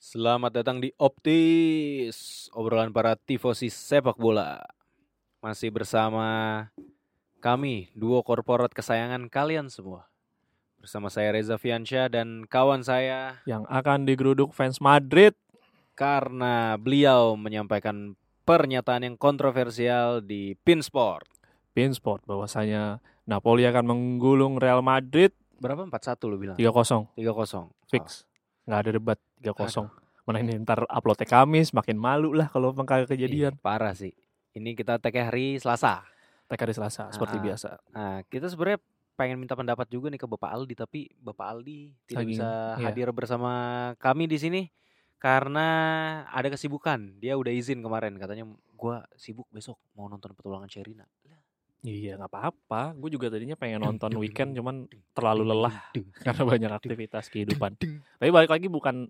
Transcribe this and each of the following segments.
Selamat datang di Optis, obrolan para tifosi sepak bola. Masih bersama kami, duo korporat kesayangan kalian semua. Bersama saya Reza Fiansyah dan kawan saya, yang akan digeruduk fans Madrid. karena beliau menyampaikan pernyataan yang kontroversial di Pinsport. Pinsport bahwasanya Napoli akan menggulung Real Madrid Berapa? 4-1 lu bilang? 3-0. 3-0. Fix. Nggak ada debat 3-0. Mana ini ntar uploadnya Kamis, makin malu lah kalau kagak kejadian. Parah sih. Ini kita tag hari Selasa. TK di Selasa seperti biasa. Nah, kita sebenarnya pengen minta pendapat juga nih ke Bapak Aldi, tapi Bapak Aldi tidak bisa hadir bersama kami di sini karena ada kesibukan. Dia udah izin kemarin, katanya gua sibuk besok mau nonton petualangan Sherina. Iya, nggak apa-apa. Gue juga tadinya pengen nonton weekend, cuman terlalu lelah karena banyak aktivitas kehidupan. Tapi balik lagi bukan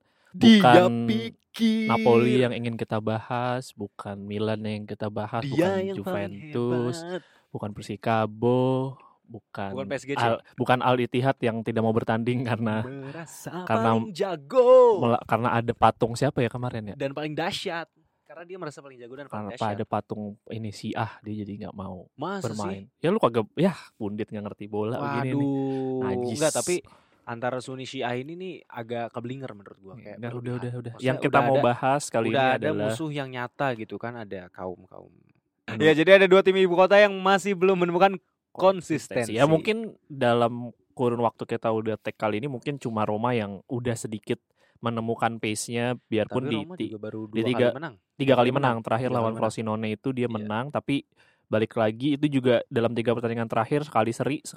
Napoli yang ingin kita bahas, bukan Milan yang kita bahas, bukan Juventus, bukan Persikabo, bukan PSG, bukan Al Ittihad yang tidak mau bertanding karena paling jago. Karena ada patung siapa ya kemarin ya? Dan paling dahsyat. Karena dia merasa paling jago dan paling dahsyat. Karena ada patung ini Syiah, dia jadi nggak mau bermain. Sih? Ya lu kagak, pundit nggak ngerti bola begini nih. Najis. Enggak, tapi antara Sunni Syiah ini nih agak keblinger menurut gua. Kayak udah. Yang kita mau bahas kali ini adalah ada musuh yang nyata gitu kan, ada kaum. Ya, jadi ada dua tim ibu kota yang masih belum menemukan konsistensi. Ya mungkin dalam kurun waktu kita udah tag kali ini mungkin cuma Roma yang udah sedikit menemukan pace-nya, biarpun di tiga kali menang. Terakhir lawan Frosinone itu dia menang, tapi balik lagi itu juga dalam 3 pertandingan terakhir sekali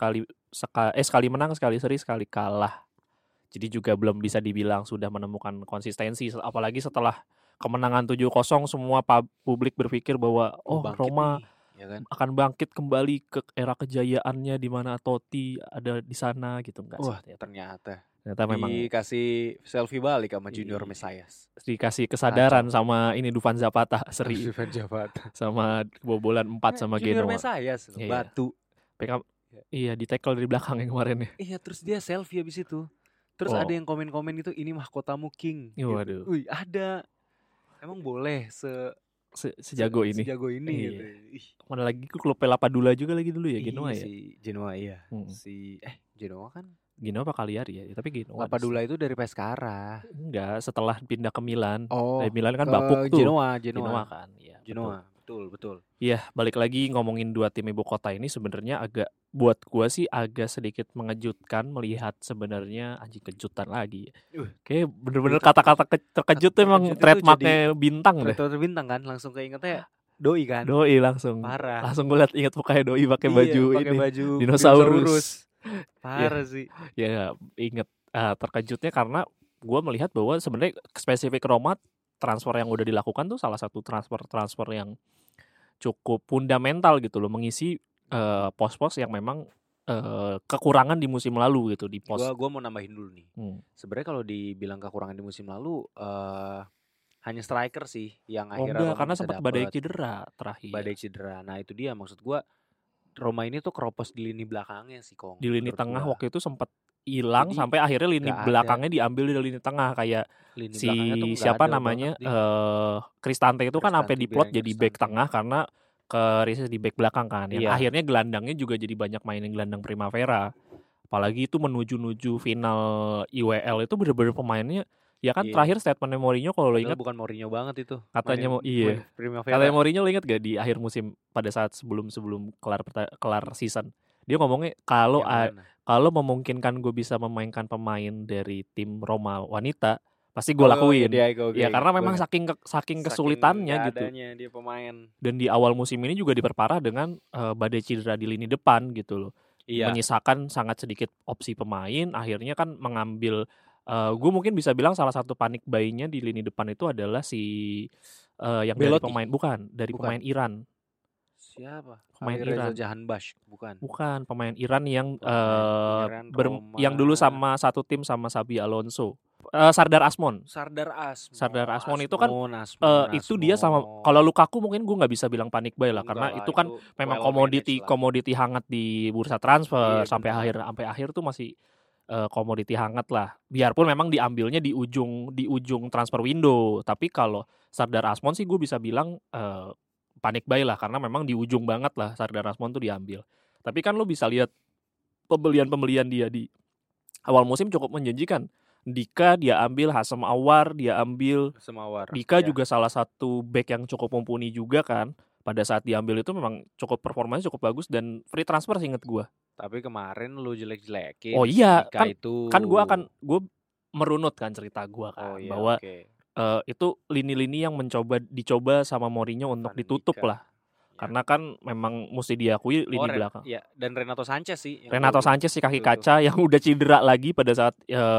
menang, sekali seri, sekali kalah. Jadi juga belum bisa dibilang sudah menemukan konsistensi, apalagi setelah kemenangan 7-0 semua publik berpikir bahwa Roma akan bangkit kembali ke era kejayaannya di mana Totti ada di sana gitu. Enggak sih. Ternyata memang dikasih selfie balik sama Junior Mesias. Dikasih kesadaran sama ini Dufan Zapata seri. Dufan Zapata. Sama kebobolan 4 sama Junior Genoa. Mesias, batu. Iya, di tackle dari belakang yang kemarin ya. Iya, terus dia selfie habis itu. Terus ada yang komen-komen itu, ini mahkotamu King. Waduh. Wih, ada. Emang boleh sejago ini. Sejago ini gitu. Mana lagi klub Lapadula juga lagi dulu ya, Genoa ya. Genoa iya. Genoa kan Genoa apa Cagliari ya? Tapi Genoa. Lapadula itu dari Pescara. Enggak, setelah pindah ke Milan. Milan kan bapuk tuh. Genoa kan. Ya, Genoa, betul. Iya, balik lagi ngomongin 2 tim ibu kota ini sebenarnya buat gua sih agak sedikit mengejutkan melihat sebenarnya anjing kejutan lagi. Kayak bener-bener kata-kata terkejut tuh emang trademarknya bintang deh. Trademark bintang kan, langsung keingetnya Doi kan. Doi langsung. Parah. Langsung gue liat inget mukanya Doi pakai baju dinosaurus. Parah sih. Ya inget terkejutnya karena gue melihat bahwa sebenarnya spesifik Roma transfer yang udah dilakukan tuh salah satu transfer yang cukup fundamental gitu loh, mengisi pos-pos yang memang kekurangan di musim lalu gitu di pos. Gue mau nambahin dulu nih. Sebenarnya kalau dibilang kekurangan di musim lalu hanya striker sih yang akhirnya karena sempat badai cedera terakhir. Nah itu dia maksud gue, Roma ini tuh keropos di lini belakangnya sih Kong. Di lini tengah waktu itu sempat hilang sampai akhirnya lini belakangnya diambil dari lini tengah kayak lini siapa namanya Cristante itu kan sampai diplot jadi back tengah karena krisis di back belakang kan. Yang akhirnya gelandangnya juga jadi banyak mainin gelandang Primavera. Apalagi itu menuju final IWL itu bener-bener pemainnya ya kan. Terakhir statementnya Mourinho kalau lo ingat, bukan Mourinho banget itu. Katanya katanya Mourinho lo ingat gak di akhir musim pada saat sebelum kelar season, dia ngomongnya kalau memungkinkan gue bisa memainkan pemain dari tim Roma wanita pasti gue lakuin. Karena memang saking kesulitannya gitu. Dia pemain. Dan di awal musim ini juga diperparah dengan badai cedera di lini depan gitu loh. Menyisakan sangat sedikit opsi pemain. Akhirnya kan mengambil gue mungkin bisa bilang salah satu panik buying-nya di lini depan itu adalah yang Belotti. Dari pemain Iran. Siapa? Pemain Iran. Jahanbash, bukan pemain Iran yang yang dulu sama satu tim sama Xabi Alonso. Sardar Asmon itu kan itu dia sama, kalau Lukaku mungkin gue nggak bisa bilang panik buy lah, karena itu kan memang komoditi hangat di bursa transfer sampai akhir tuh masih komoditi hangat lah. Biarpun memang diambilnya di ujung transfer window, tapi kalau Sardar Azmoun sih gue bisa bilang panic buy lah, karena memang di ujung banget lah Sardar Azmoun tuh diambil. Tapi kan lo bisa lihat pembelian dia di awal musim cukup menjanjikan. Dika dia ambil, Hasem Awar dia ambil. Semawar. Dika Ya. juga salah satu back yang cukup mumpuni juga kan. Pada saat diambil itu memang cukup performanya cukup bagus dan free transfer seinget gue. Tapi kemarin lu jelek-jelekin Oh si iya, Dika itu. kan gue merunut kan cerita gue kan, Oh iya, bahwa oke. itu lini-lini yang dicoba sama Mourinho untuk Van ditutup Dijk. lah. Karena kan memang mesti diakui lini belakang. Ya, dan Renato Sanchez sih. Renato Sanchez si kaki kaca yang udah cedera lagi pada saat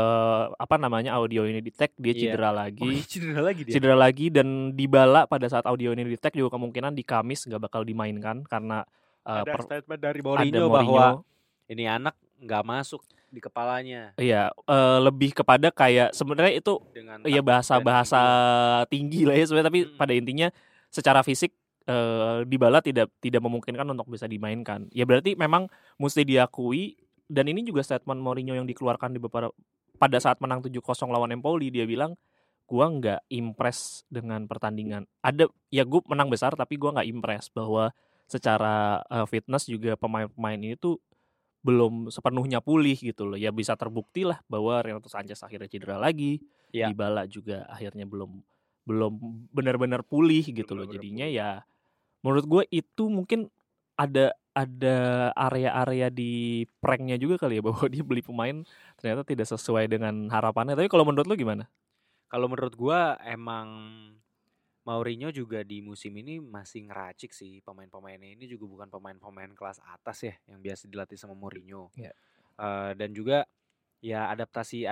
audio ini di-tag, dia cedera lagi. Oh, cedera lagi dia. Cedera lagi, dan Dybala pada saat audio ini di-tag juga kemungkinan di Kamis nggak bakal dimainkan karena ada statement dari ada Mourinho bahwa ini anak nggak masuk di kepalanya. Iya, lebih kepada kayak sebenarnya itu ya bahasa tinggi lah ya sebenarnya, tapi pada intinya secara fisik Dybala tidak memungkinkan untuk bisa dimainkan. Ya berarti memang mesti diakui, dan ini juga statement Mourinho yang dikeluarkan pada saat menang 7-0 lawan Empoli, dia bilang gua nggak impress dengan pertandingan. Ya gue menang besar tapi gua nggak impress, bahwa secara fitness juga pemain-pemain ini tuh belum sepenuhnya pulih gitu loh. Ya bisa terbukti lah bahwa Renato Sanchez akhirnya cedera lagi, Dybala juga akhirnya belum benar-benar pulih gitu loh. Jadinya ya menurut gue itu mungkin ada area-area di pranknya juga kali ya, bahwa dia beli pemain ternyata tidak sesuai dengan harapannya. Tapi kalau menurut lo gimana? Kalau menurut gue emang Mourinho juga di musim ini masih ngeracik sih pemain-pemainnya. Ini juga bukan pemain-pemain kelas atas ya yang biasa dilatih sama Mourinho. Yeah. Dan juga ya adaptasi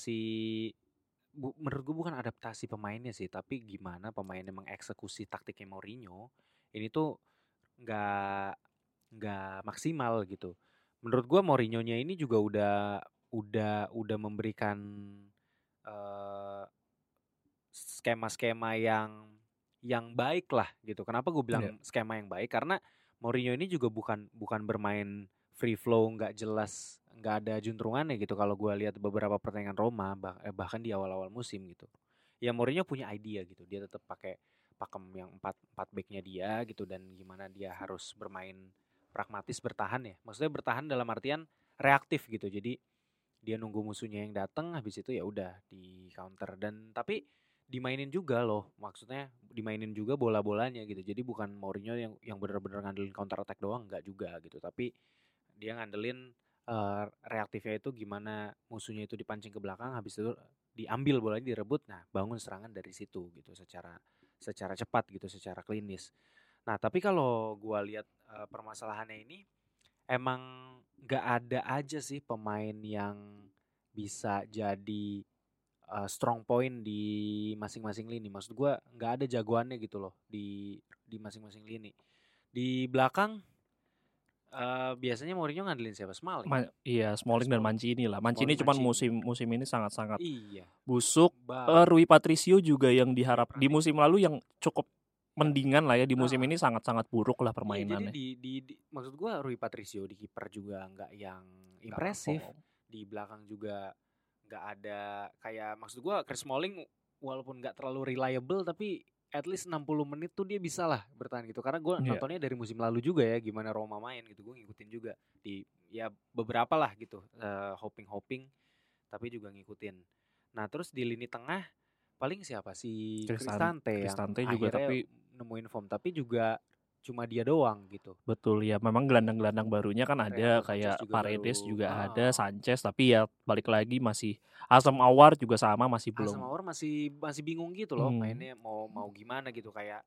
menurut gue bukan adaptasi pemainnya sih, tapi gimana pemainnya mengeksekusi taktiknya Mourinho ini tuh nggak maksimal gitu. Menurut gue Mourinho-nya ini juga udah memberikan skema-skema yang baik lah gitu. Kenapa gue bilang skema yang baik? Karena Mourinho ini juga bukan bermain free flow, nggak jelas, nggak ada juntrungannya gitu. Kalau gue lihat beberapa pertandingan Roma, bahkan di awal-awal musim gitu, ya Mourinho punya idea gitu. Dia tetap pakai pakem yang 4 backnya dia gitu, dan gimana dia harus bermain pragmatis, bertahan ya. Maksudnya bertahan dalam artian reaktif gitu. Jadi dia nunggu musuhnya yang datang, habis itu ya udah di counter. Dan tapi dimainin juga loh, maksudnya dimainin juga bola-bolanya gitu. Jadi bukan Mourinho yang benar-benar ngandelin counter attack doang, enggak juga gitu. Tapi dia ngandelin reaktifnya itu gimana musuhnya itu dipancing ke belakang, habis itu diambil bolanya, direbut, nah bangun serangan dari situ gitu, secara cepat gitu, secara klinis. Nah tapi kalau gua lihat permasalahannya ini emang nggak ada aja sih pemain yang bisa jadi strong point di masing-masing lini. Maksud gue nggak ada jagoannya gitu loh di masing-masing lini. Di belakang biasanya Mourinho ngandelin siapa? Smalling. Iya, Smalling dan Mancini lah. Mancini cuman musim ini sangat-sangat busuk. Rui Patricio juga yang di musim lalu yang cukup mendingan lah ya, di musim ini sangat-sangat buruk lah permainannya. Jadi maksud gue Rui Patricio di kiper juga nggak yang impresif. Di belakang juga nggak ada kayak, maksud gue Chris Smalling walaupun nggak terlalu reliable tapi at least 60 menit tuh dia bisa lah bertahan gitu. Karena gue nontonnya dari musim lalu juga ya, gimana Roma main gitu, gue ngikutin juga di ya beberapa lah gitu, hoping tapi juga ngikutin. Nah terus di lini tengah paling siapa sih? Cristante yang juga tapi nemuin form, tapi juga cuma dia doang gitu. Betul ya, memang gelandang-gelandang barunya kan ada kayak Paredes juga ada, Sanchez, tapi ya balik lagi masih Hasem Awar juga sama, masih belum. Hasem Awar masih bingung gitu loh, mainnya mau gimana gitu kayak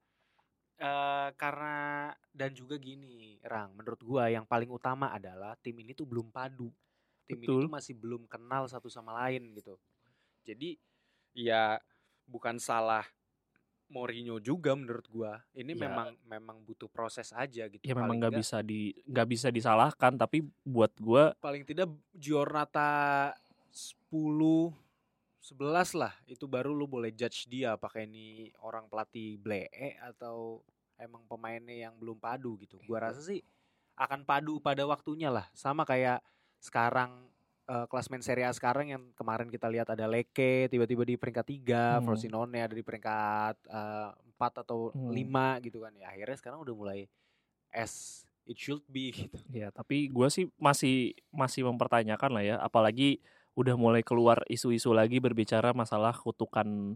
karena, dan juga gini Rang, menurut gua yang paling utama adalah tim ini tuh belum padu. Tim ini tuh masih belum kenal satu sama lain gitu. Jadi ya bukan salah Mourinho juga menurut gua. Ini ya, memang butuh proses aja gitu. Ya memang nggak bisa disalahkan, tapi buat gua paling tidak Giornata 10-11 lah, itu baru lu boleh judge dia apakah ini orang pelatih blee atau emang pemainnya yang belum padu gitu. Gua rasa sih akan padu pada waktunya lah. Sama kayak sekarang klasmen Serie A sekarang yang kemarin kita lihat ada Lecce tiba-tiba di peringkat 3, Frosinone ada di peringkat 4 atau 5 gitu kan ya. Akhirnya sekarang udah mulai as it should be gitu. Ya, tapi gue sih masih mempertanyakan lah ya, apalagi udah mulai keluar isu-isu lagi berbicara masalah kutukan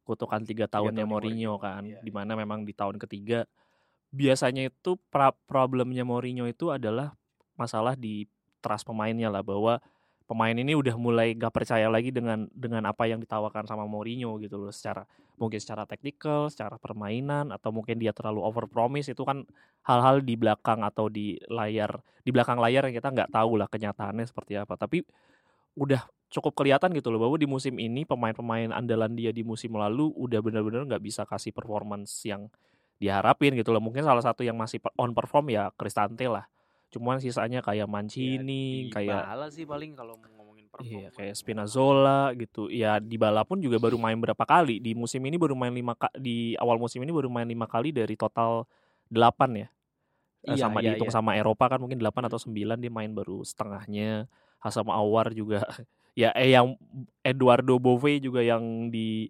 3 tahunnya Mourinho kan, dimana memang di tahun ketiga biasanya itu problemnya Mourinho itu adalah masalah di trust pemainnya lah, bahwa pemain ini udah mulai gak percaya lagi dengan apa yang ditawarkan sama Mourinho gitu loh, mungkin secara taktikal, secara permainan, atau mungkin dia terlalu over promise. Itu kan hal-hal di belakang atau di belakang layar yang kita nggak tahu lah kenyataannya seperti apa. Tapi udah cukup kelihatan gitu loh bahwa di musim ini pemain-pemain andalan dia di musim lalu udah benar-benar nggak bisa kasih performance yang diharapin gitu loh. Mungkin salah satu yang masih on perform ya Cristante lah. Cuman sisanya kayak Mancini, kayak Dybala sih paling kalau ngomongin performa. Iya, kayak Spinazzola gitu. Ya Dybala pun juga baru main berapa kali di musim ini, baru main 5 di awal musim ini baru main 5 kali dari total 8 ya. Sama dihitung sama Eropa kan mungkin 8 atau 9 dia main baru setengahnya. Hasan Aouar juga ya yang Eduardo Bove juga yang di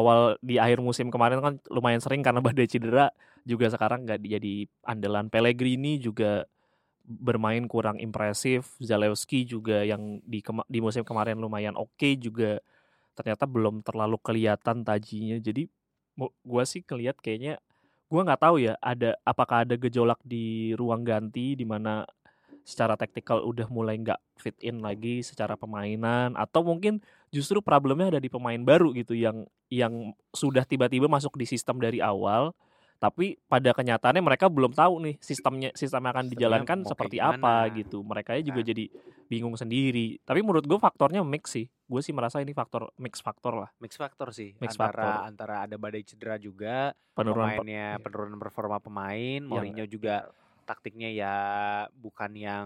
akhir musim kemarin kan lumayan sering karena badai cedera, juga sekarang nggak jadi andalan. Pellegrini juga bermain kurang impresif. Zalewski juga yang di musim kemarin lumayan oke juga ternyata belum terlalu kelihatan tajinya. Jadi gue sih ngeliat kayaknya, gue nggak tahu ya apakah ada gejolak di ruang ganti di mana secara taktikal udah mulai nggak fit in lagi secara permainan, atau mungkin justru problemnya ada di pemain baru gitu yang sudah tiba-tiba masuk di sistem dari awal, tapi pada kenyataannya mereka belum tahu nih sistem akan dijalankan seperti apa gitu. Mereka juga jadi bingung sendiri. Tapi menurut gue faktornya mix sih. Gue sih merasa ini mix faktor lah. Mix faktor sih. Mix antara ada badai cedera juga, penurunan performa pemain, Mourinho juga taktiknya ya bukan yang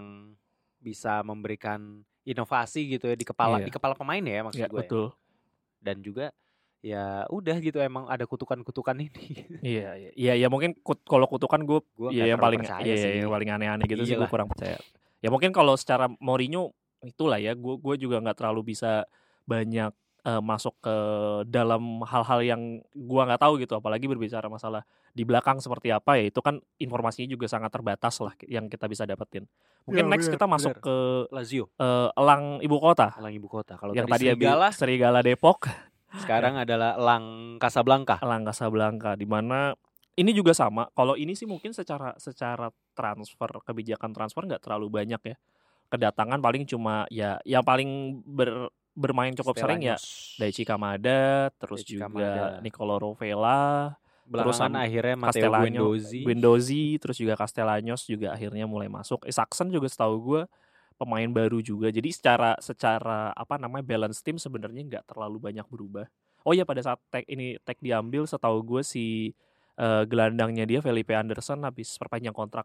bisa memberikan inovasi gitu ya di kepala pemain ya maksud gue. Betul. Dan juga ya udah gitu, emang ada kutukan-kutukan ini. Iya mungkin kalau kutukan gue ya yang paling yang paling aneh-aneh gitu sih, gue kurang percaya. Ya mungkin kalau secara Mourinho itulah ya, gue juga nggak terlalu bisa banyak masuk ke dalam hal-hal yang gue nggak tahu gitu, apalagi berbicara masalah di belakang seperti apa ya, itu kan informasinya juga sangat terbatas lah yang kita bisa dapetin. Mungkin next kita masuk ke Lazio, elang ibu kota. Kalau yang tadi Serigala Depok, sekarang adalah Elang Casablanca. Di mana ini juga sama. Kalau ini sih mungkin secara transfer, kebijakan transfer nggak terlalu banyak ya. Kedatangan paling cuma ya yang paling bermain cukup sering ya Daichi Kamada, terus juga Nicolo Rovella, belakangan akhirnya Matteo Guendouzi, terus juga Castellanos juga akhirnya mulai masuk. Saxon juga setahu gue pemain baru juga. Jadi secara balance team sebenarnya nggak terlalu banyak berubah. Oh ya, pada saat tag diambil, setahu gue si gelandangnya dia Felipe Anderson habis perpanjang kontrak.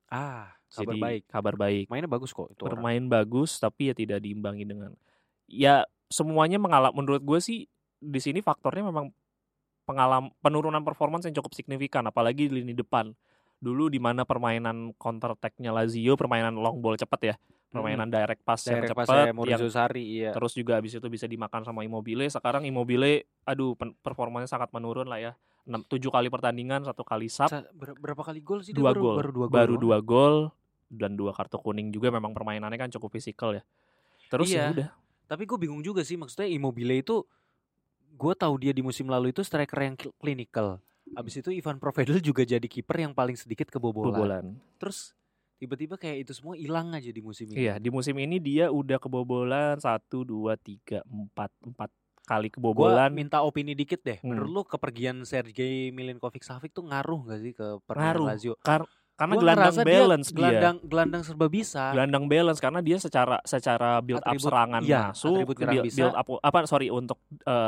Kabar baik. Mainnya bagus kok itu. Bermain bagus, tapi ya tidak diimbangi dengan ya semuanya menurut gue sih di sini faktornya memang penurunan performance yang cukup signifikan, apalagi di lini depan. Dulu di mana permainan counter attack-nya Lazio, permainan long ball cepat ya, permainan direct pass yang cepat, terus juga habis itu bisa dimakan sama Immobile. Sekarang Immobile performanya sangat menurun lah ya. 7 kali pertandingan, 1 kali sub. Berapa kali gol sih? 2 gol. Baru 2 gol dan 2 kartu kuning juga. Memang permainannya kan cukup fisikal ya. Terus ya udah. Tapi gue bingung juga sih, maksudnya Immobile itu gue tahu dia di musim lalu itu striker yang klinikal. Abis itu Ivan Provedel juga jadi kiper yang paling sedikit kebobolan. Terus tiba-tiba kayak itu semua hilang aja di musim ini. Iya, di musim ini dia udah kebobolan 1, 2, 3, 4 kali kebobolan. Gue minta opini dikit deh. Menurut lu kepergian Sergei Milinkovic-Savic tuh ngaruh gak sih ke permainan Lazio? Karena gelandang balance gelandang serba bisa. Gelandang balance karena dia secara build up serangan masuk, build up untuk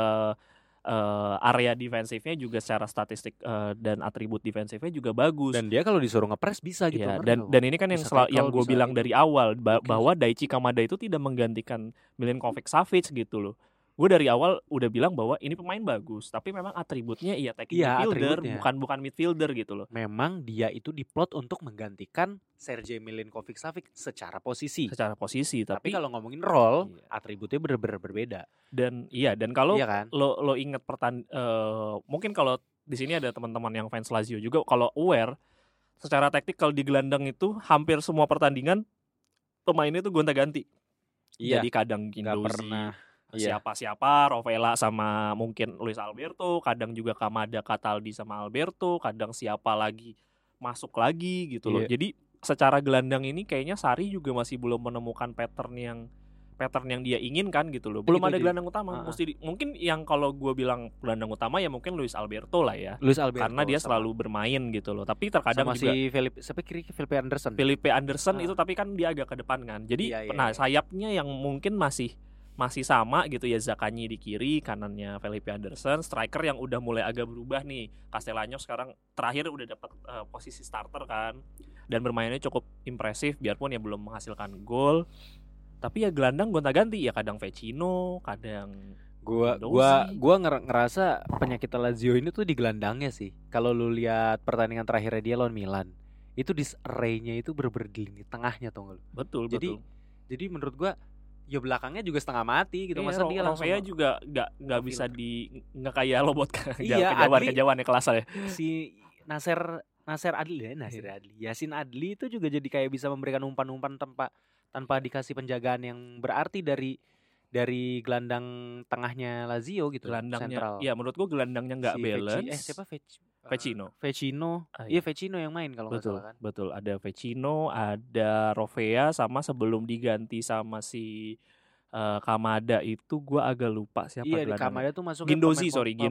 area defensifnya juga secara statistik dan atribut defensifnya juga bagus. Dan dia kalau disuruh ngepres bisa gitu. Ya, dan ini kan yang gue bilang dari awal bahwa Daichi Kamada itu tidak menggantikan Milinkovic-Savic gitu loh. gue dari awal udah bilang bahwa ini pemain bagus, tapi memang atributnya attacking midfielder, bukan midfielder gitu loh. Memang dia itu diplot untuk menggantikan Sergej Milinkovic-Savic secara posisi. Tapi kalau ngomongin role, atributnya bener-bener berbeda. Dan kalau kan? lo inget mungkin kalau di sini ada teman-teman yang fans Lazio juga, kalau aware secara taktikal di gelandang itu hampir semua pertandingan pemainnya itu gonta-ganti. Jadi kadang Guendouzi, siapa-siapa, Rovella sama mungkin Luis Alberto, kadang juga Kamada, Cataldi sama Alberto, kadang siapa lagi masuk lagi gitu loh. Jadi secara gelandang ini kayaknya Sarri juga masih belum menemukan pattern yang dia inginkan gitu loh. Belum ada gelandang utama. Mungkin yang kalau gue bilang gelandang utama ya mungkin Luis Alberto lah ya. Karena dia selalu bermain gitu loh. Tapi terkadang sama juga Felipe Anderson itu tapi kan dia agak ke depan kan. Jadi sayapnya yang mungkin masih sama gitu ya, Zaccagni di kiri, kanannya Felipe Anderson, striker yang udah mulai agak berubah nih. Castellanos sekarang terakhir udah dapat posisi starter kan. Dan bermainnya cukup impresif biarpun ya belum menghasilkan gol. Tapi ya gelandang gonta-ganti ya, kadang Vecino, kadang gua ngerasa penyakit Lazio ini tuh di gelandangnya sih. Kalau lu lihat pertandingan terakhirnya dia lawan Milan, itu disarray-nya itu bener-bener di lini tengahnya tuh enggak lu? Betul. Jadi menurut gua ya belakangnya juga setengah mati gitu. Masa dia langsung Rovella juga nggak bisa nggak kayak Lobotka. Kejauhan ya kelasnya. Si Nasser Adli, Yasin Adli itu juga jadi kayak bisa memberikan umpan-umpan tanpa dikasih penjagaan yang berarti dari gelandang tengahnya Lazio gitu. Gelandangnya sentral. Ya menurut gua gelandangnya nggak balance. Siapa Vecino. Iya Vecino yang main kalau nggak salah kan. Betul, ada Vecino, ada Rovella, sama sebelum diganti sama si Kamada itu gua agak lupa siapa gelandangnya. Iya, Kamada tuh masuk Guendouzi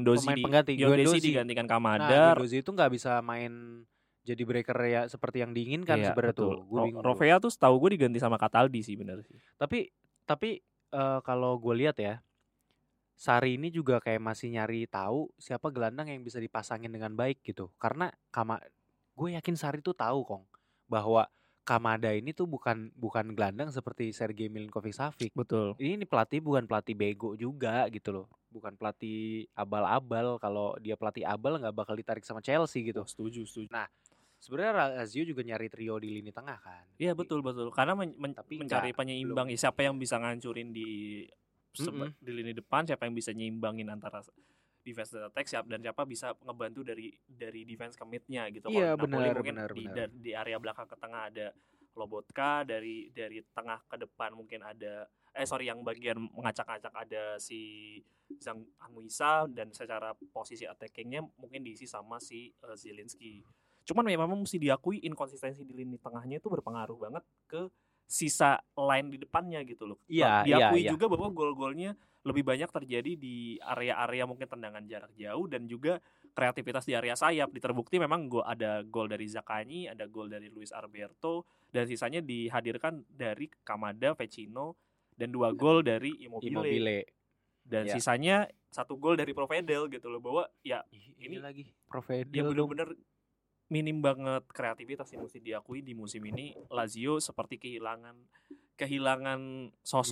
digantikan Kamada. Guendouzi itu nggak bisa main jadi breaker ya seperti yang diinginkan sebenarnya tuh. Rovella tuh setahu gue diganti sama Cataldi sih, benar sih. Tapi kalau gue lihat ya, Sarri ini juga kayak masih nyari tahu siapa gelandang yang bisa dipasangin dengan baik gitu. Karena gue yakin Sarri tuh tahu Kong bahwa Kamada ini tuh bukan gelandang seperti Sergej Milinkovic-Savic. Betul. Ini pelatih bukan pelatih bego juga gitu loh. Bukan pelatih abal-abal. Kalau dia pelatih abal nggak bakal ditarik sama Chelsea gitu. Setuju. Nah, sebenarnya Lazio juga nyari trio di lini tengah kan. Iya betul. Karena mencari penyeimbang. Siapa yang bisa ngancurin di lini depan, siapa yang bisa nyimbangin antara defense dan attack, dan siapa bisa ngebantu dari defense ke mid-nya gitu. Iya benar. Di area belakang ke tengah ada Lobotka, dari tengah ke depan mungkin ada yang bagian mengacak-acak ada si Zhang Anguissa, dan secara posisi attackingnya mungkin diisi sama si Zielinski. Cuman memang mesti diakui inkonsistensi di lini tengahnya itu berpengaruh banget ke sisa line di depannya gitu loh. Diakui juga bahwa gol-golnya lebih banyak terjadi di area-area mungkin tendangan jarak jauh dan juga kreativitas di area sayap. Terbukti memang ada gol dari Zaccagni, ada gol dari Luis Alberto, dan sisanya dihadirkan dari Kamada, Vecino, dan 2 gol dari Immobile. Dan sisanya 1 gol dari Provedel gitu loh, bahwa ya ini lagi Provedel dia benar-benar minim banget kreativitas yang mesti diakui di musim ini. Lazio seperti kehilangan sosok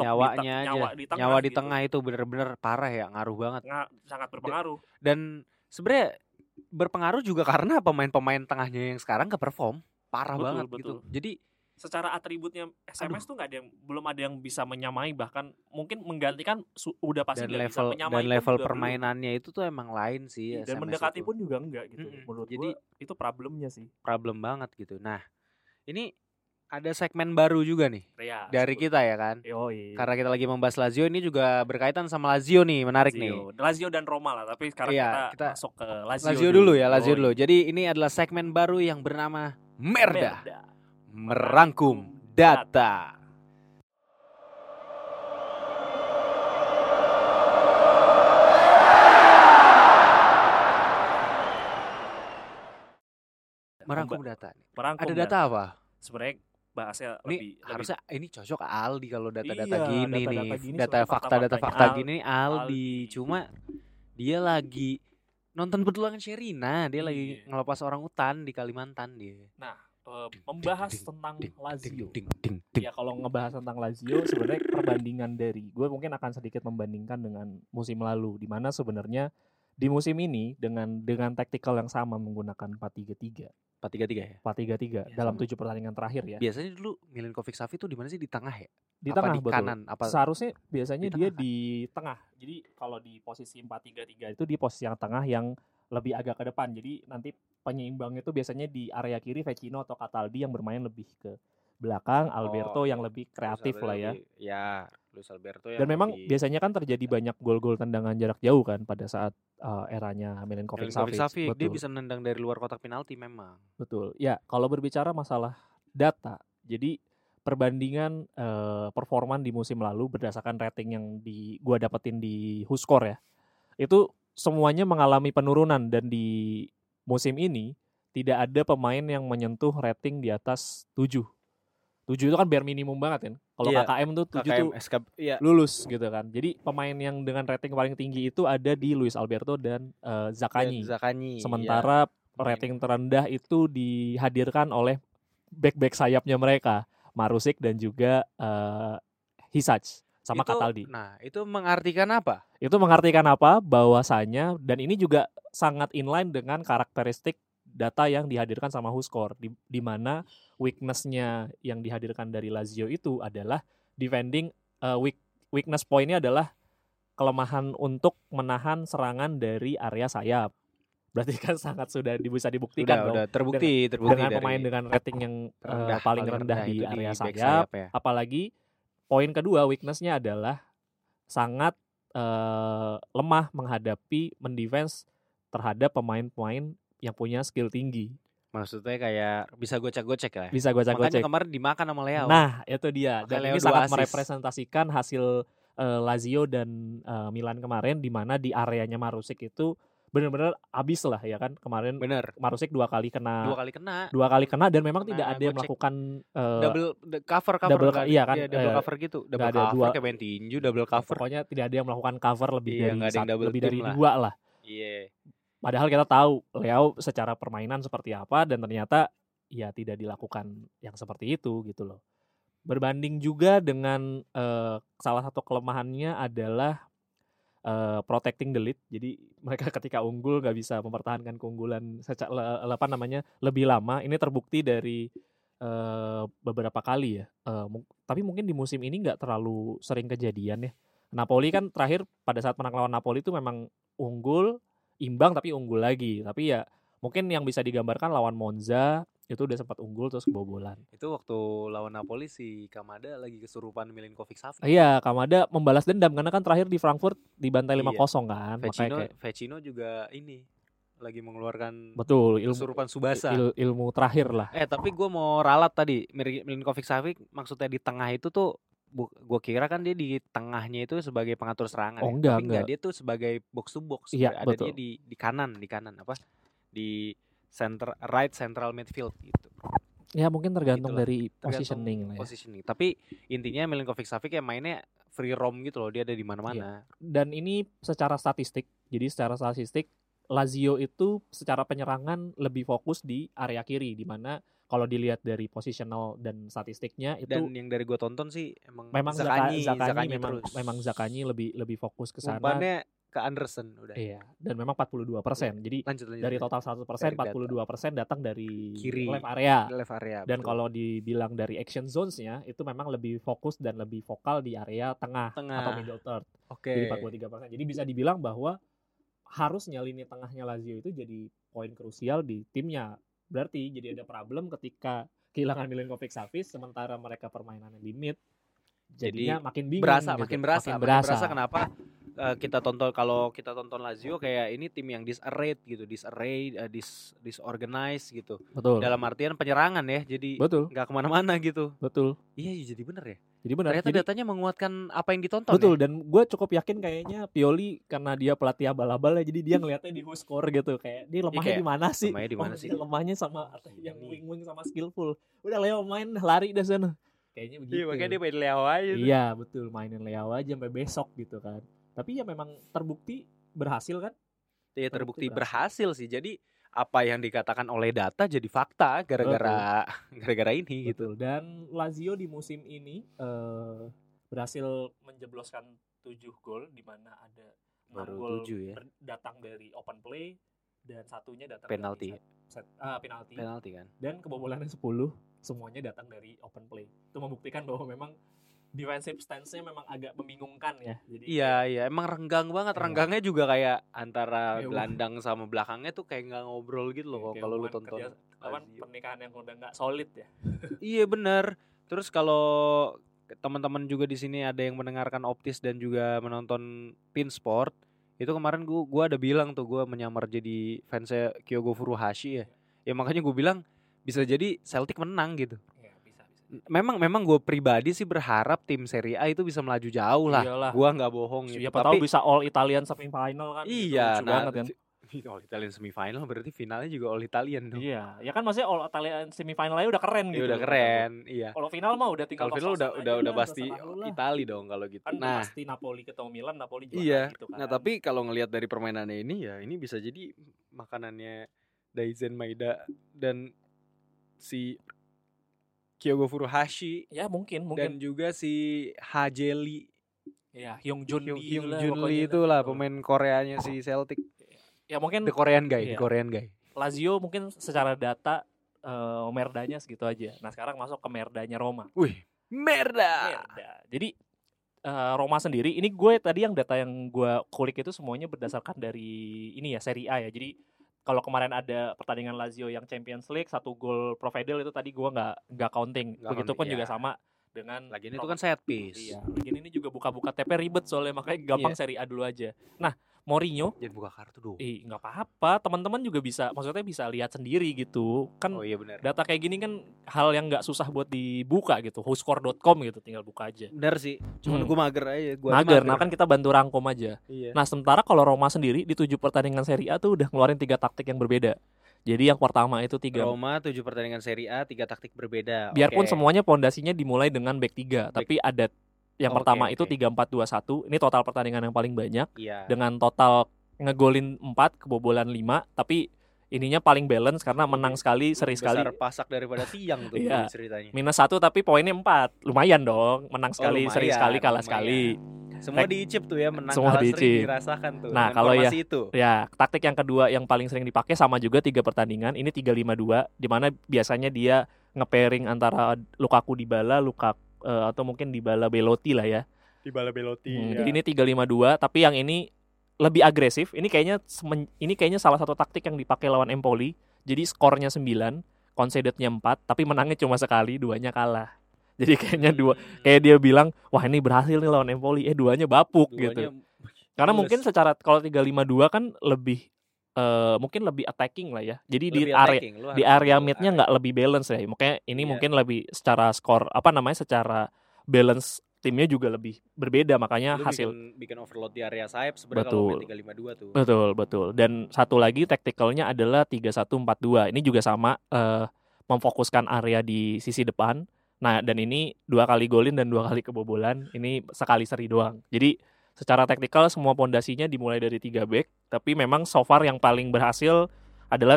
nyawa di tengah itu benar-benar parah ya, ngaruh banget. Sangat berpengaruh. Dan sebenarnya berpengaruh juga karena pemain-pemain tengahnya yang sekarang ke-perform parah banget gitu. Jadi secara atributnya SMS tuh belum ada yang bisa menyamai, bahkan mungkin menggantikan udah pasti nggak bisa menyamai. Dan level permainannya itu tuh emang lain sih. Dan SMS mendekati itu pun juga enggak gitu. Menurut gue itu problemnya sih. Problem banget gitu. Nah, ini ada segmen baru juga nih dari kita ya kan. Karena kita lagi membahas Lazio, ini juga berkaitan sama Lazio nih, menarik nih. Lazio dan Roma lah, tapi sekarang kita masuk ke Lazio dulu ya. Lazio dulu. Jadi ini adalah segmen baru yang bernama Merda. Merangkum data. Merangkum data. Ada data apa? Sebenarnya bahasnya lebih harusnya ini cocok Aldi kalau data-data gini nih. Data fakta gini Aldi. Cuma dia lagi nonton petualangan Sherina, dia lagi ngelepas orang utan di Kalimantan dia. Nah, membahas tentang Lazio. Ya kalau ngebahas tentang Lazio sebenarnya perbandingan dari gue mungkin akan sedikit membandingkan dengan musim lalu, di mana sebenarnya di musim ini dengan taktikal yang sama menggunakan 4-3-3. 4-3-3 ya? 4-3-3 Ya, dalam sama. 7 pertandingan terakhir ya. Biasanya dulu Milinkovic-Savic tuh di mana sih, di tengah ya? Di Apa tengah, di betul. kanan? Apa Seharusnya biasanya di dia tengah, kan? di tengah. Jadi kalau di posisi 4-3-3 itu di posisi yang tengah yang lebih agak ke depan. Jadi nanti penyeimbang itu biasanya di area kiri Vecino atau Cataldi yang bermain lebih ke belakang, Alberto yang lebih kreatif lah ya. Ya, Luis Alberto yang Dan memang lebih biasanya kan terjadi banyak gol-gol tendangan jarak jauh kan pada saat eranya Milinkovic-Savic. Milinkovic-Savic. Dia Betul. bisa nendang dari luar kotak penalti memang. Betul. Ya, kalau berbicara masalah data, jadi perbandingan performan di musim lalu berdasarkan rating yang gua dapetin di WhoScore ya. Itu semuanya mengalami penurunan dan di musim ini tidak ada pemain yang menyentuh rating di atas 7. 7 itu kan bare minimum banget kan. Kalau Iya, KKM tuh 7 KKM, tuh SKB, iya. lulus gitu kan. Jadi pemain yang dengan rating paling tinggi itu ada di Luis Alberto dan Zaccagni. Sementara rating terendah itu dihadirkan oleh back-back sayapnya mereka, Marusic dan juga Hisac sama Cataldi. Nah, itu mengartikan apa? Itu mengartikan apa? Bahwasanya, dan ini juga sangat inline dengan karakteristik data yang dihadirkan sama WhoScore, di mana weakness-nya yang dihadirkan dari Lazio itu adalah defending, weakness point-nya adalah kelemahan untuk menahan serangan dari area sayap. Berarti kan sangat sudah bisa dibuktikan udah terbukti dengan dari pemain dengan rating yang paling rendah di area sayap ya. Apalagi poin kedua, weakness-nya adalah sangat lemah menghadapi mendefense terhadap pemain-pemain yang punya skill tinggi. Maksudnya kayak bisa gocek-gocek lah. Bisa gocek-gocek. Makanya kemarin dimakan sama Leao. Nah, itu dia. Makanya Dan Leo ini sangat merepresentasikan hasil Lazio dan Milan kemarin, di mana di areanya Marusic itu benar-benar habis lah ya kan kemarin. Bener. Marusic dua kali kena dan memang kena tidak ada yang melakukan double cover iya kan, double cover gitu, double cover kayak main tinju, double cover. Pokoknya tidak ada yang melakukan cover lebih dari lah. 2 lah. Iya. Padahal kita tahu Leao secara permainan seperti apa, dan ternyata ya tidak dilakukan yang seperti itu gitu loh. Berbanding juga dengan salah satu kelemahannya adalah protecting the lead. Jadi mereka ketika unggul nggak bisa mempertahankan keunggulan lebih lama. Ini terbukti dari beberapa kali ya. Tapi mungkin di musim ini nggak terlalu sering kejadian ya. Napoli kan terakhir pada saat menang lawan Napoli itu memang unggul, imbang tapi unggul lagi. Tapi ya mungkin yang bisa digambarkan lawan Monza itu udah sempat unggul terus kebobolan. Itu waktu lawan Napoli si Kamada lagi kesurupan Milinkovic-Savic. Iya, Kamada membalas dendam karena kan terakhir di Frankfurt dibantai 5-0 kan. Vecino juga ini lagi mengeluarkan kesurupan Subasa. Ilmu terakhir lah. Tapi gue mau ralat tadi, Milinkovic-Savic maksudnya di tengah itu tuh gue kira kan dia di tengahnya itu sebagai pengatur serangan. Tapi enggak, dia tuh sebagai box to box. Iya, ada betul. Dia di kanan apa? Di right central midfield gitu. Ya mungkin tergantung dari positioning lah ya. Tapi intinya Milinkovic-Savic ya mainnya free roam gitu loh, dia ada di mana-mana. Iya. Dan ini secara statistik. Jadi secara statistik Lazio itu secara penyerangan lebih fokus di area kiri, di mana kalau dilihat dari positional dan statistiknya itu, dan yang dari gue tonton sih memang Zaccagni memang Zaccagni lebih fokus ke sana. Umpannya ke Anderson udah. Iya, dan memang 42%. Jadi lanjut, dari total 100%, 42% datang dari kiri, left area. Dan kalau dibilang dari action zones-nya itu memang lebih fokus dan lebih vokal di area tengah. Atau middle third. Jadi 43%. Jadi bisa dibilang bahwa harusnya lini tengahnya Lazio itu jadi poin krusial di timnya. Berarti jadi ada problem ketika kehilangan Milinkovic-Savic sementara mereka permainannya di mid. Jadinya makin bingung. Makin berasa kenapa kalau kita tonton Lazio kayak ini tim yang disarray, disorganized gitu. Betul. Dalam artian penyerangan ya, jadi nggak kemana-mana gitu. Betul. Iya, jadi benar ya. Ternyata datanya menguatkan apa yang ditonton. Betul, ya? Dan gue cukup yakin kayaknya Pioli karena dia pelatih abal-abal ya, jadi dia ngeliatnya di WhoScore gitu, kayak dia lemahnya di mana sih? Lemahnya sama yang wing sama skillful. Udah Leo main lari dah sana. Kayaknya begitu. Iya, makanya dia main Leo aja. Iya, betul, mainin Leo aja sampai besok gitu kan. Tapi ya memang terbukti berhasil kan? Iya, terbukti berhasil sih. Jadi apa yang dikatakan oleh data jadi fakta gara-gara ini gitu. Betul. Dan Lazio di musim ini berhasil menjebloskan 7 gol di mana ada 6 Baru gol 7 ya. datang dari open play dan satunya datang Penalti. dari penalti. Penalti kan. Dan kebobolannya 10 semuanya datang dari open play. Itu membuktikan bahwa memang defensive stance-nya memang agak membingungkan ya. Jadi Iya, emang renggang banget. Renggangnya juga kayak antara Kayak gelandang sama belakangnya tuh kayak nggak ngobrol gitu loh kayak kalau lu hubungan tonton. Lazio. pernikahan yang udah nggak solid ya. Iya benar. Terus kalau teman-teman juga di sini ada yang mendengarkan Optis dan juga menonton Pinsport, itu kemarin gua ada bilang tuh gua menyamar jadi fansnya Kyogo Furuhashi ya. Ya makanya gue bilang bisa jadi Celtic menang gitu. Iya, bisa. Memang gue pribadi sih berharap tim Serie A itu bisa melaju jauh lah. Iyalah. Gua nggak bohong gitu. Siapa tahu bisa all Italian semifinal kan. Iya, lucu banget kan. All Italian semifinal berarti finalnya juga All Italian dong. Iya, ya kan maksudnya all Italian semifinal aja udah keren Ya gitu. udah keren, iya. Kalau final mah udah tinggal Kalau final udah pasti Itali Itali dong kalau gitu. kan Nah, pasti Napoli ketemu Milan, Napoli juara iya. gitu kan. Nah, tapi kalau ngelihat dari permainannya ini ya ini bisa jadi makanannya Daizen Maeda dan si Kyogo Furuhashi ya mungkin dan juga si Hajeli ya Hyung Jun Lee itu lah pemain Koreanya si Celtic. Ya mungkin The Korean guy, iya. The Korean guy. Lazio mungkin secara data merdanya segitu aja. Nah, sekarang masuk ke merdanya Roma. Wih, merda. Jadi Roma sendiri, ini gue tadi yang data yang gue kulik itu semuanya berdasarkan dari ini ya Serie A ya. Jadi kalau kemarin ada pertandingan Lazio yang Champions League 1 gol Provedel itu tadi gue nggak counting. Begitupun juga sama dengan lagi ini itu kan set piece. Iya, lagi ini juga buka-buka TP ribet soalnya makanya gampang Serie A dulu aja. Nah, Mourinho jangan buka kartu dong. Nggak apa-apa, teman-teman juga bisa, maksudnya bisa lihat sendiri gitu. Kan iya benar. data kayak gini kan hal yang nggak susah buat dibuka gitu. Whoscore.com gitu, tinggal buka aja. Benar sih. Cuman gue mager aja. Mager, nah kan kita bantu rangkum aja. Iya. Nah, sementara kalau Roma sendiri di 7 pertandingan Serie A tuh udah ngeluarin 3 taktik yang berbeda. Jadi yang pertama itu 3 Roma 7 pertandingan Serie A 3 taktik berbeda. Biarpun semuanya pondasinya dimulai dengan back 3, tapi ada yang pertama itu 3-4-2-1. Ini total pertandingan yang paling banyak. Iya. Dengan total ngegolin 4, kebobolan 5, tapi ininya paling balance karena menang sekali, seri sekali. Besar pasak daripada tiang tuh iya. ceritanya. -1 tapi poinnya 4. Lumayan dong, menang sekali, seri sekali, kalah sekali. Semua diicip tuh ya, menang semua kalah diicip. sering dirasakan tuh. Nah, kalau itu. Ya, taktik yang kedua yang paling sering dipakai sama juga 3 pertandingan, ini 3-5-2 di mana biasanya dia nge-pairing antara Lukaku Dybala, atau mungkin Dybala Belotti lah ya. Dybala Belotti. Ya. Jadi ini 3-5-2, tapi yang ini lebih agresif. Ini kayaknya salah satu taktik yang dipakai lawan Empoli. Jadi skornya 9, conceded-nya 4, tapi menangnya cuma sekali, 2-nya kalah. Jadi kayaknya kayak dia bilang, wah ini berhasil nih lawan Empoli, 2-nya bapuk gitu. Karena mungkin secara kalau 3-5-2 kan lebih mungkin lebih attacking lah ya. Jadi di area mid-nya nggak lebih balance ya. Makanya ini mungkin lebih secara skor secara balance timnya juga lebih berbeda, makanya bikin overload di area sayap sebenarnya kalau main 3-5-2 tuh. Betul. Dan satu lagi tacticalnya adalah 3-1-4-2. Ini juga sama memfokuskan area di sisi depan. Nah, dan ini 2 kali golin dan 2 kali kebobolan. Ini sekali seri doang. Jadi secara taktikal semua pondasinya dimulai dari 3 back, tapi memang so far yang paling berhasil adalah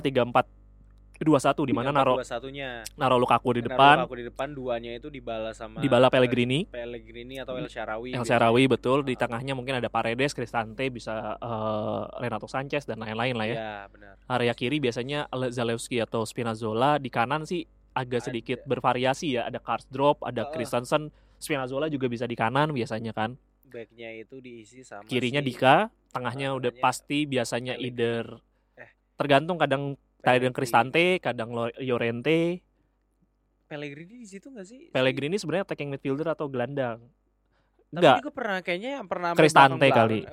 3-4-2-1 di mana naruh Lukaku di depan. Lukaku di depan, 2-nya itu Dybala Pellegrini atau El Shaarawy. El Shaarawy betul, di tengahnya mungkin ada Paredes, Cristante, bisa Renato Sanchez dan lain-lain lah ya. Iya, benar. Area kiri biasanya Zalewski atau Spinazzola, di kanan sih agak sedikit bervariasi ya, ada Karsdorp, ada Christensen, Spinazzola juga bisa di kanan biasanya kan. Backnya itu diisi sama kirinya Dika, tengahnya udah pasti biasanya either tergantung kadang Cristante, kadang Llorente. Pellegrini di situ nggak sih? Pellegrini sebenarnya attacking midfielder atau gelandang? Enggak. Tapi pernah Cristante kali.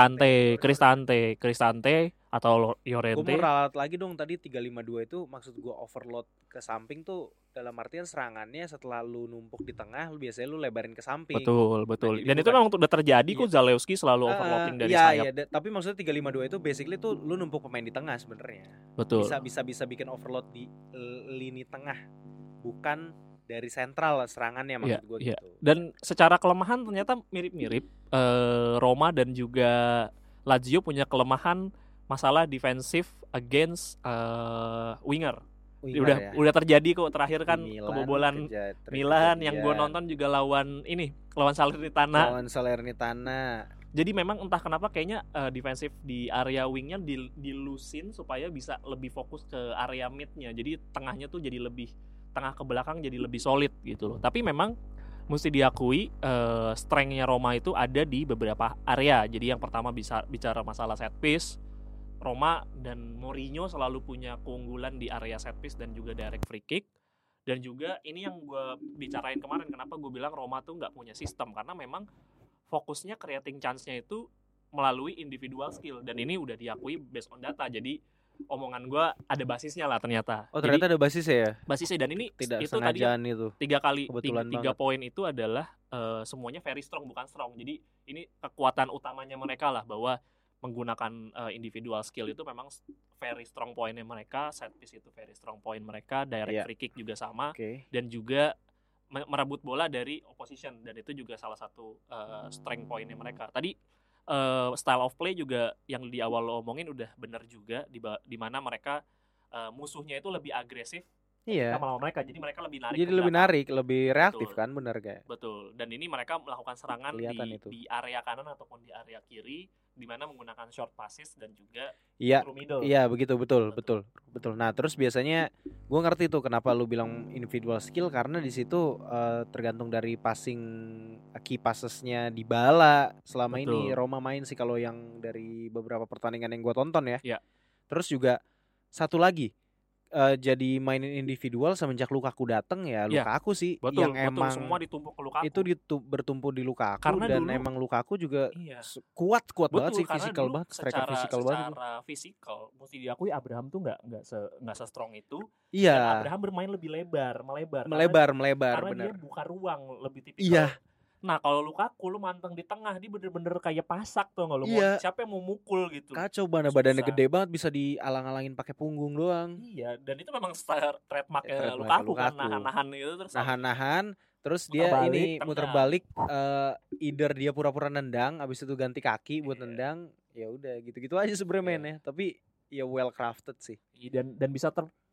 Cristante atau Llorente. Gue mau ralat lagi dong, tadi 3-5-2 itu maksud gue overload ke samping tuh dalam artian serangannya setelah lu numpuk di tengah, lu biasanya lu lebarin ke samping. Betul. Dan itu memang udah terjadi kok, Zalewski selalu overloading dari sayap. Iya, tapi maksudnya 3-5-2 itu basically tuh lu numpuk pemain di tengah sebenarnya. Betul. Bisa bikin overload di lini tengah, bukan dari sentral serangannya maksud gue gitu. Dan secara kelemahan ternyata mirip-mirip. Roma dan juga Lazio punya kelemahan masalah defensive against winger. Winger ya. Udah terjadi kok terakhir kan Di Milan, kebobolan Milan yang gue nonton juga lawan Salernitana. Jadi memang entah kenapa kayaknya defensif di area wingnya dilusin supaya bisa lebih fokus ke area midnya. Jadi tengahnya tuh jadi lebih tengah ke belakang jadi lebih solid gitu loh. Tapi memang mesti diakui strength-nya Roma itu ada di beberapa area. Jadi yang pertama bisa bicara masalah set piece. Roma dan Mourinho selalu punya keunggulan di area set piece dan juga direct free kick. Dan juga ini yang gue bicarain kemarin, kenapa gue bilang Roma tuh nggak punya sistem, karena memang fokusnya creating chance-nya itu melalui individual skill, dan ini udah diakui based on data. Jadi omongan gue ada basisnya lah ternyata. Oh ternyata ada basisnya ya? Basisnya, dan ini tidak itu sengajaan tadi itu. 3 poin itu adalah semuanya very strong bukan strong. Jadi ini kekuatan utamanya mereka lah, bahwa menggunakan individual skill itu memang very strong pointnya mereka, set piece itu very strong point mereka, direct free kick juga sama, dan juga merebut bola dari opposition, dan itu juga salah satu strength pointnya mereka. Tadi style of play juga yang di awal lo omongin udah bener juga, di mana mereka musuhnya itu lebih agresif melawan mereka, jadi mereka lebih narik. Jadi lebih reaktif. Betul. Kan, bener kayak. Betul. Dan ini mereka melakukan serangan di area kanan ataupun di area kiri, di mana menggunakan short passes dan juga through middle. Iya, betul. Nah, terus biasanya gue ngerti tuh kenapa lu bilang individual skill, karena di situ tergantung dari passing key passesnya Dybala selama ini Roma main sih, kalau yang dari beberapa pertandingan yang gue tonton ya. Iya. Terus juga satu lagi, jadi mainin individual semenjak Lukaku datang ya. Lukaku sih yang emang semua ditumpuk ke Lukaku. Itu bertumpu di Lukaku, karena dan emang Lukaku juga kuat banget sih, fisikal banget, striker fisikal banget. Secara fisikal mesti diakui Abraham tuh nggak se strong itu. Iya. Dan Abraham bermain lebih melebar. Karena bener. Dia buka ruang lebih tipikal. Iya. Nah kalau Lukaku lu manteng di tengah, dia bener-bener kayak pasak tuh, nggak lu siapa yang mau mukul gitu. Kacau, badannya gede banget, bisa dialang-alangin pakai punggung doang. Iya, dan itu memang trademarknya Lukaku kan, nahan-nahan gitu, terus dia ini muter balik, either dia pura-pura nendang, abis itu ganti kaki buat nendang, ya udah gitu-gitu aja sebenarnya mainnya, tapi ya well crafted sih. Dan bisa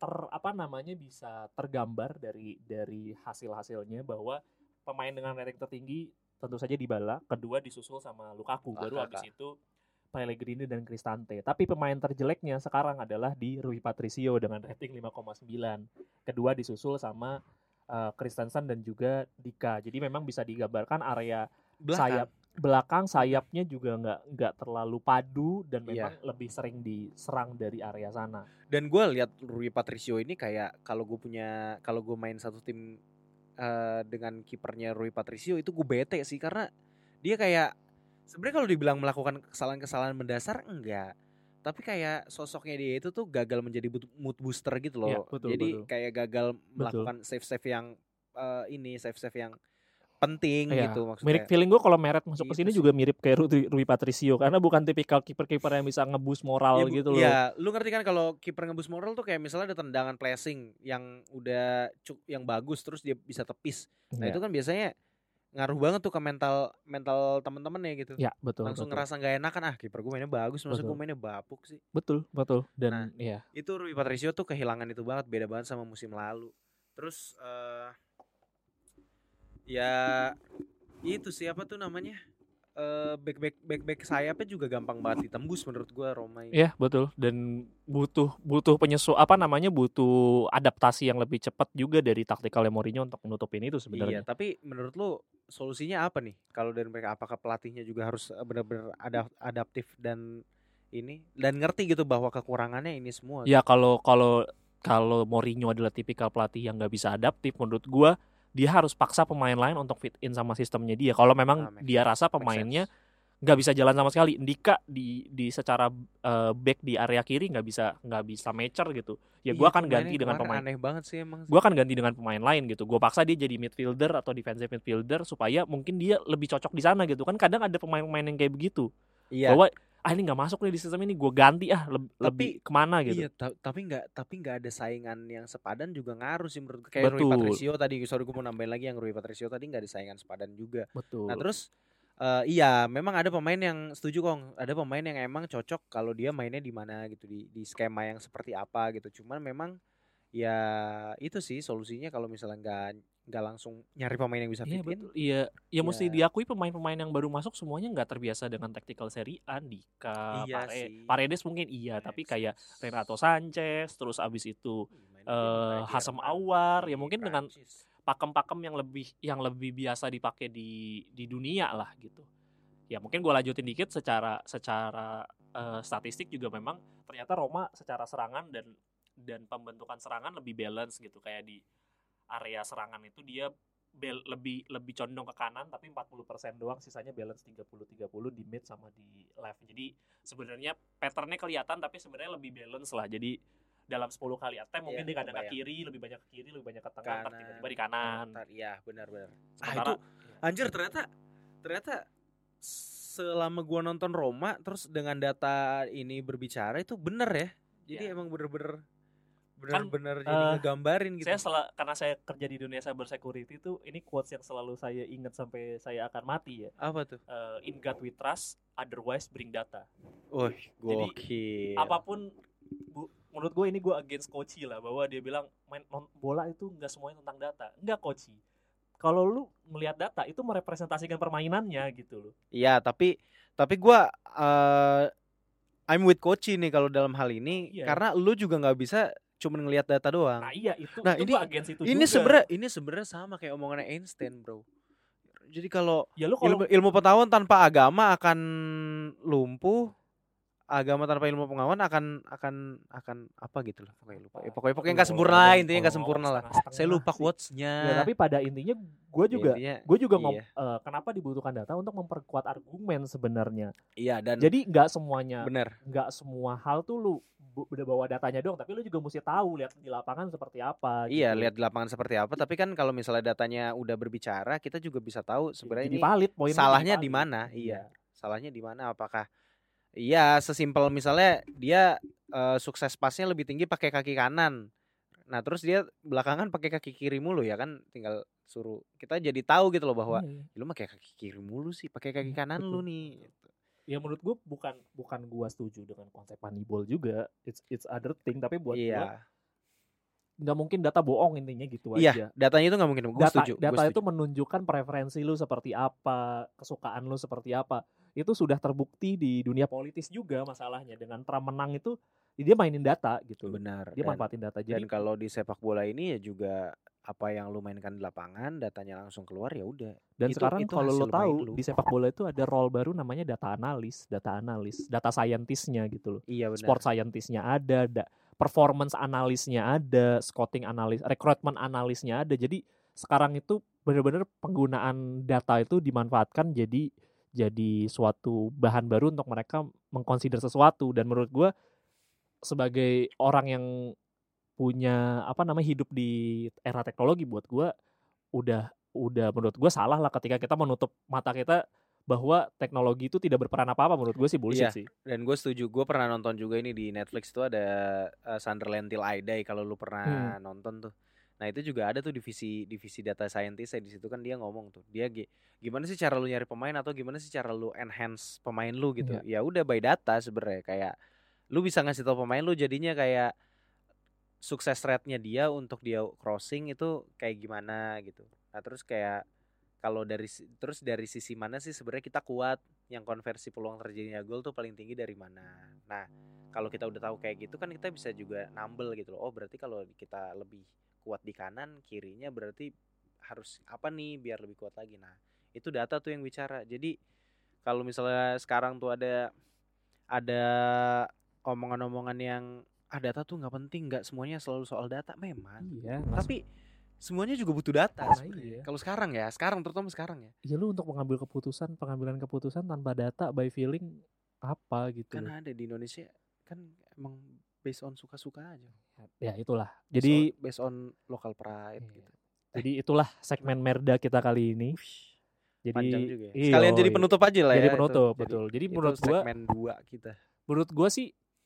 bisa tergambar dari hasil-hasilnya bahwa pemain dengan rating tertinggi tentu saja Dybala, kedua disusul sama Lukaku, baru habis itu Pellegrini dan Cristante. Tapi pemain terjeleknya sekarang adalah di Rui Patricio dengan rating 5,9. Kedua disusul sama Christensen dan juga Dika. Jadi memang bisa digambarkan area belakang sayapnya juga nggak terlalu padu, dan memang lebih sering diserang dari area sana. Dan gue lihat Rui Patricio ini kayak kalau gue main satu tim dengan kipernya Rui Patricio itu gue bete sih, karena dia kayak sebenarnya kalau dibilang melakukan kesalahan mendasar enggak, tapi kayak sosoknya dia itu tuh gagal menjadi mood booster gitu loh. Ya, betul. Kayak gagal melakukan save yang save yang penting gitu maksudnya. Mirip feeling gue kalau Meret masuk ke sini juga mirip kayak Rui Patricio, karena bukan tipikal kiper-kiper yang bisa nge-boost moral gitu loh. Iya, lu ngerti kan kalau kiper nge-boost moral tuh kayak misalnya ada tendangan pressing yang udah yang bagus terus dia bisa tepis. Nah, itu kan biasanya ngaruh banget tuh ke mental teman-teman ya gitu. Ya, betul. Langsung ngerasa enggak enakan, kiper gue mainnya bagus, masa gue mainnya bapuk sih. Betul. Dan itu Rui Patricio tuh kehilangan itu banget, beda banget sama musim lalu. Terus ya itu siapa tuh namanya, back sayapnya juga gampang banget ditembus menurut gue Roma ini. Iya, betul. Dan butuh butuh adaptasi yang lebih cepat juga dari taktikal Mourinho untuk menutupin itu sebenarnya. Iya, tapi menurut lu solusinya apa nih kalau dari mereka? Apakah pelatihnya juga harus benar-benar adaptif dan ngerti gitu bahwa kekurangannya ini semua? Ya, kalau Mourinho adalah tipikal pelatih yang nggak bisa adaptif, menurut gue dia harus paksa pemain lain untuk fit in sama sistemnya dia. Kalau memang dia rasa pemainnya nggak bisa jalan sama sekali, Ndika di secara back di area kiri nggak bisa matcher gitu. Ya gue akan ganti dengan pemain. Aneh banget sih emang. Gue akan ganti dengan pemain lain gitu. Gue paksa dia jadi midfielder atau defensive midfielder supaya mungkin dia lebih cocok di sana gitu. Kan kadang ada pemain-pemain yang kayak begitu. Iya. Bahwa ini nggak masuk nih di sistem ini, gue ganti lebih kemana gitu. Iya, tapi nggak ada saingan yang sepadan juga ngaruh sih menurut. Kayak Rui Patricio tadi, sorry gue mau nambahin lagi, yang Rui Patricio tadi nggak ada saingan sepadan juga. Betul. Nah terus Iya, memang ada pemain yang setuju Kong. Ada pemain yang emang cocok kalau dia mainnya di mana gitu, di skema yang seperti apa gitu. Cuman memang ya itu sih solusinya kalau misalnya nggak langsung nyari pemain yang bisa Iya fit in. betul. Iya, ya mesti Ya, diakui pemain-pemain yang baru masuk semuanya nggak terbiasa dengan tactical Serie A. Dika, iya sih. Paredes mungkin iya, tapi kayak Renato Sanchez, terus abis itu Main di Hassam Jerman, Aouar, ya di mungkin dengan Prancis. pakem-pakem yang lebih biasa dipakai di dunia lah gitu. Ya mungkin gue lanjutin dikit secara statistik juga memang ternyata Roma secara serangan dan pembentukan serangan lebih balance gitu, kayak di area serangan itu dia lebih condong ke kanan tapi 40% doang, sisanya balance 30-30 di mid sama di left. Jadi sebenarnya patternnya kelihatan tapi sebenarnya lebih balance lah. Jadi dalam 10 kali attempt mungkin dia kadang ke kiri, lebih banyak ke kiri, lebih banyak ke tengah, ntar tiba-tiba di kanan. Iya, benar-benar. Sementara Itu anjir ternyata selama gua nonton Roma terus dengan data ini berbicara itu bener ya. Jadi emang bener-bener jadi ngegambarin gitu. Karena saya kerja di dunia cyber security tuh, ini quotes yang selalu saya ingat sampai saya akan mati ya. Apa tuh? In God we trust, otherwise bring data. Wih, jadi gokil. Apapun menurut gue ini gue against Koci lah, bahwa dia bilang bola itu nggak semuanya tentang data. Enggak, Koci. Kalau lu melihat data itu merepresentasikan permainannya gitu loh. Iya, tapi gue I'm with Koci nih kalau dalam hal ini, karena lu juga nggak bisa cuma ngelihat data doang. Nah iya itu ini against itu ini juga. Ini sebenarnya sama kayak omongannya Einstein, bro. Jadi kalau ya ilmu pengetahuan tanpa agama akan lumpuh, agama tanpa ilmu pengetahuan akan apa gitu lah, pokoknya nggak sempurna lah, intinya nggak sempurna lah. Saya lupa quotes-nya. Ya, tapi pada intinya gue juga kenapa dibutuhkan data untuk memperkuat argumen sebenarnya. Iya, dan jadi nggak semuanya, bener, nggak semua hal tuh lu udah bawa datanya doang, tapi lu juga mesti tahu lihat di lapangan seperti apa. Iya, lihat di lapangan seperti apa. Tapi kan kalau misalnya datanya udah berbicara, kita juga bisa tahu sebenarnya ini valid, salahnya di mana. Iya, salahnya di mana? Apakah iya sesimpel misalnya dia sukses pasnya lebih tinggi pakai kaki kanan. Nah, terus dia belakangan pakai kaki kiri mulu, ya kan, tinggal suruh kita jadi tahu gitu loh bahwa lu pakai kaki kiri mulu sih, pakai kaki kanan lu nih. Gitu. Ya menurut gue bukan gue setuju dengan konsep Moneyball juga, it's other thing, tapi buat gue nggak mungkin data bohong, intinya gitu aja. Iya, datanya itu nggak mungkin. Gue setuju. Data itu menunjukkan preferensi lu seperti apa, kesukaan lu seperti apa. Itu sudah terbukti di dunia politis juga masalahnya. Dengan Trump menang itu dia mainin data gitu. Benar. Dia manfaatin data. Dan kalau di sepak bola ini ya juga apa yang lu mainkan di lapangan, datanya langsung keluar, ya udah. Dan sekarang kalau lo tahu di sepak bola itu ada role baru namanya data analis, data scientist-nya gitu loh. Iya, benar. Sport scientist-nya ada, performance analisnya ada, scouting analis, rekrutmen analisnya ada. Jadi sekarang itu benar-benar penggunaan data itu dimanfaatkan jadi suatu bahan baru untuk mereka mengconsider sesuatu. Dan menurut gue sebagai orang yang punya hidup di era teknologi, buat gue udah menurut gue salah lah ketika kita menutup mata kita bahwa teknologi itu tidak berperan apa-apa. Menurut gue sih bullshit sih. Dan gue setuju. Gue pernah nonton juga ini di Netflix tuh ada Sunderland Till I Die, kalau lu pernah nonton tuh. Nah, itu juga ada tuh divisi data scientist. Di situ kan dia ngomong tuh, dia gimana sih cara lu nyari pemain, atau gimana sih cara lu enhance pemain lu gitu. Ya udah by data sebenarnya, kayak lu bisa ngasih tau pemain lu jadinya kayak sukses rate-nya dia untuk dia crossing itu kayak gimana gitu. Nah, terus kayak kalau dari sisi mana sih sebenarnya kita kuat, yang konversi peluang terjadinya gol tuh paling tinggi dari mana. Nah, kalau kita udah tahu kayak gitu kan kita bisa juga nambel gitu loh. Oh, berarti kalau kita lebih kuat di kanan, kirinya berarti harus apa nih biar lebih kuat lagi. Nah, itu data tuh yang bicara. Jadi kalau misalnya sekarang tuh ada omongan-omongan yang data tuh nggak penting, nggak semuanya selalu soal data, memang. Iya, tapi semuanya juga butuh data. Iya. Kalau terutama sekarang ya. Iya, lu untuk pengambilan keputusan tanpa data, by feeling apa gitu. Kan ada di Indonesia kan emang based on suka-suka aja. Ya itulah. Jadi based on local pride gitu. Jadi itulah segmen Merda kita kali ini. Jadi panjang juga ya. Sekalian jadi penutup aja lah ya. Jadi penutup, betul. Jadi menurut gua segmen 2 kita. Menurut gua sih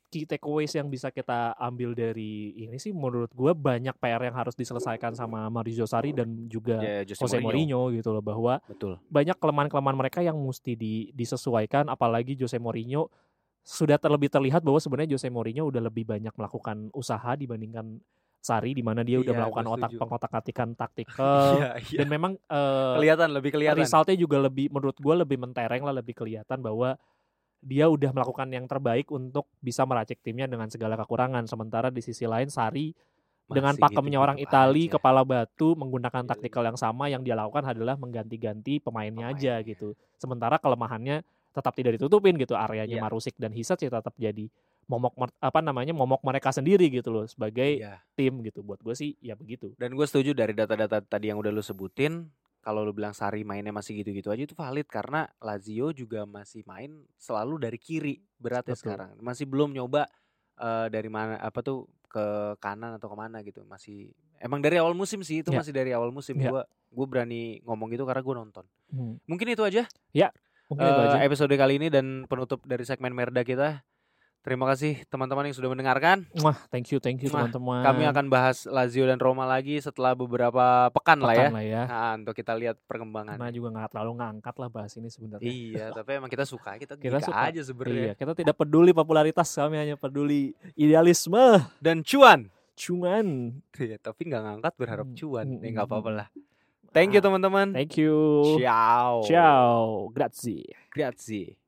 key takeaways yang bisa kita ambil dari ini sih menurut gue banyak PR yang harus diselesaikan sama Maurizio Sarri dan juga Jose Mourinho gitu loh, bahwa Betul. banyak kelemahan-kelemahan mereka yang mesti disesuaikan, apalagi Jose Mourinho sudah terlebih terlihat bahwa sebenarnya Jose Mourinho udah lebih banyak melakukan usaha dibandingkan Sarri, di mana dia udah melakukan pengotak-atikan taktikal dan memang lebih kelihatan. Resultnya juga lebih, menurut gue lebih mentereng lah, lebih kelihatan bahwa dia udah melakukan yang terbaik untuk bisa meracik timnya dengan segala kekurangan. Sementara di sisi lain Sarri dengan pakemnya orang Itali, kepala batu, menggunakan taktikal yang sama, yang dia lakukan adalah mengganti-ganti pemainnya aja gitu. Sementara kelemahannya tetap tidak ditutupin gitu, areanya Marusic dan Hisac ya tetap jadi momok mereka sendiri gitu loh sebagai tim gitu. Buat gue sih ya begitu. Dan gue setuju dari data-data tadi yang udah lu sebutin. Kalau lu bilang Sarri mainnya masih gitu-gitu aja itu valid, karena Lazio juga masih main selalu dari kiri beratnya. Betul. Sekarang masih belum nyoba dari mana ke kanan atau kemana gitu. Masih emang dari awal musim sih itu, masih dari awal musim. Gue berani ngomong gitu karena gue nonton. Mungkin itu aja. Mungkin itu aja episode kali ini dan penutup dari segmen Merda kita. Terima kasih teman-teman yang sudah mendengarkan. Thank you teman-teman. Kami akan bahas Lazio dan Roma lagi setelah beberapa pekan lah ya. Nah, untuk kita lihat perkembangan. Karena juga nggak terlalu ngangkat lah bahas ini sebenarnya. Iya, tapi emang kita suka aja sebenarnya. Iya, kita tidak peduli popularitas, kami hanya peduli idealisme dan cuan. Iya, tapi nggak ngangkat berharap cuan. Nggak apa-apa lah. Thank you teman-teman. Thank you. Ciao. Grazie.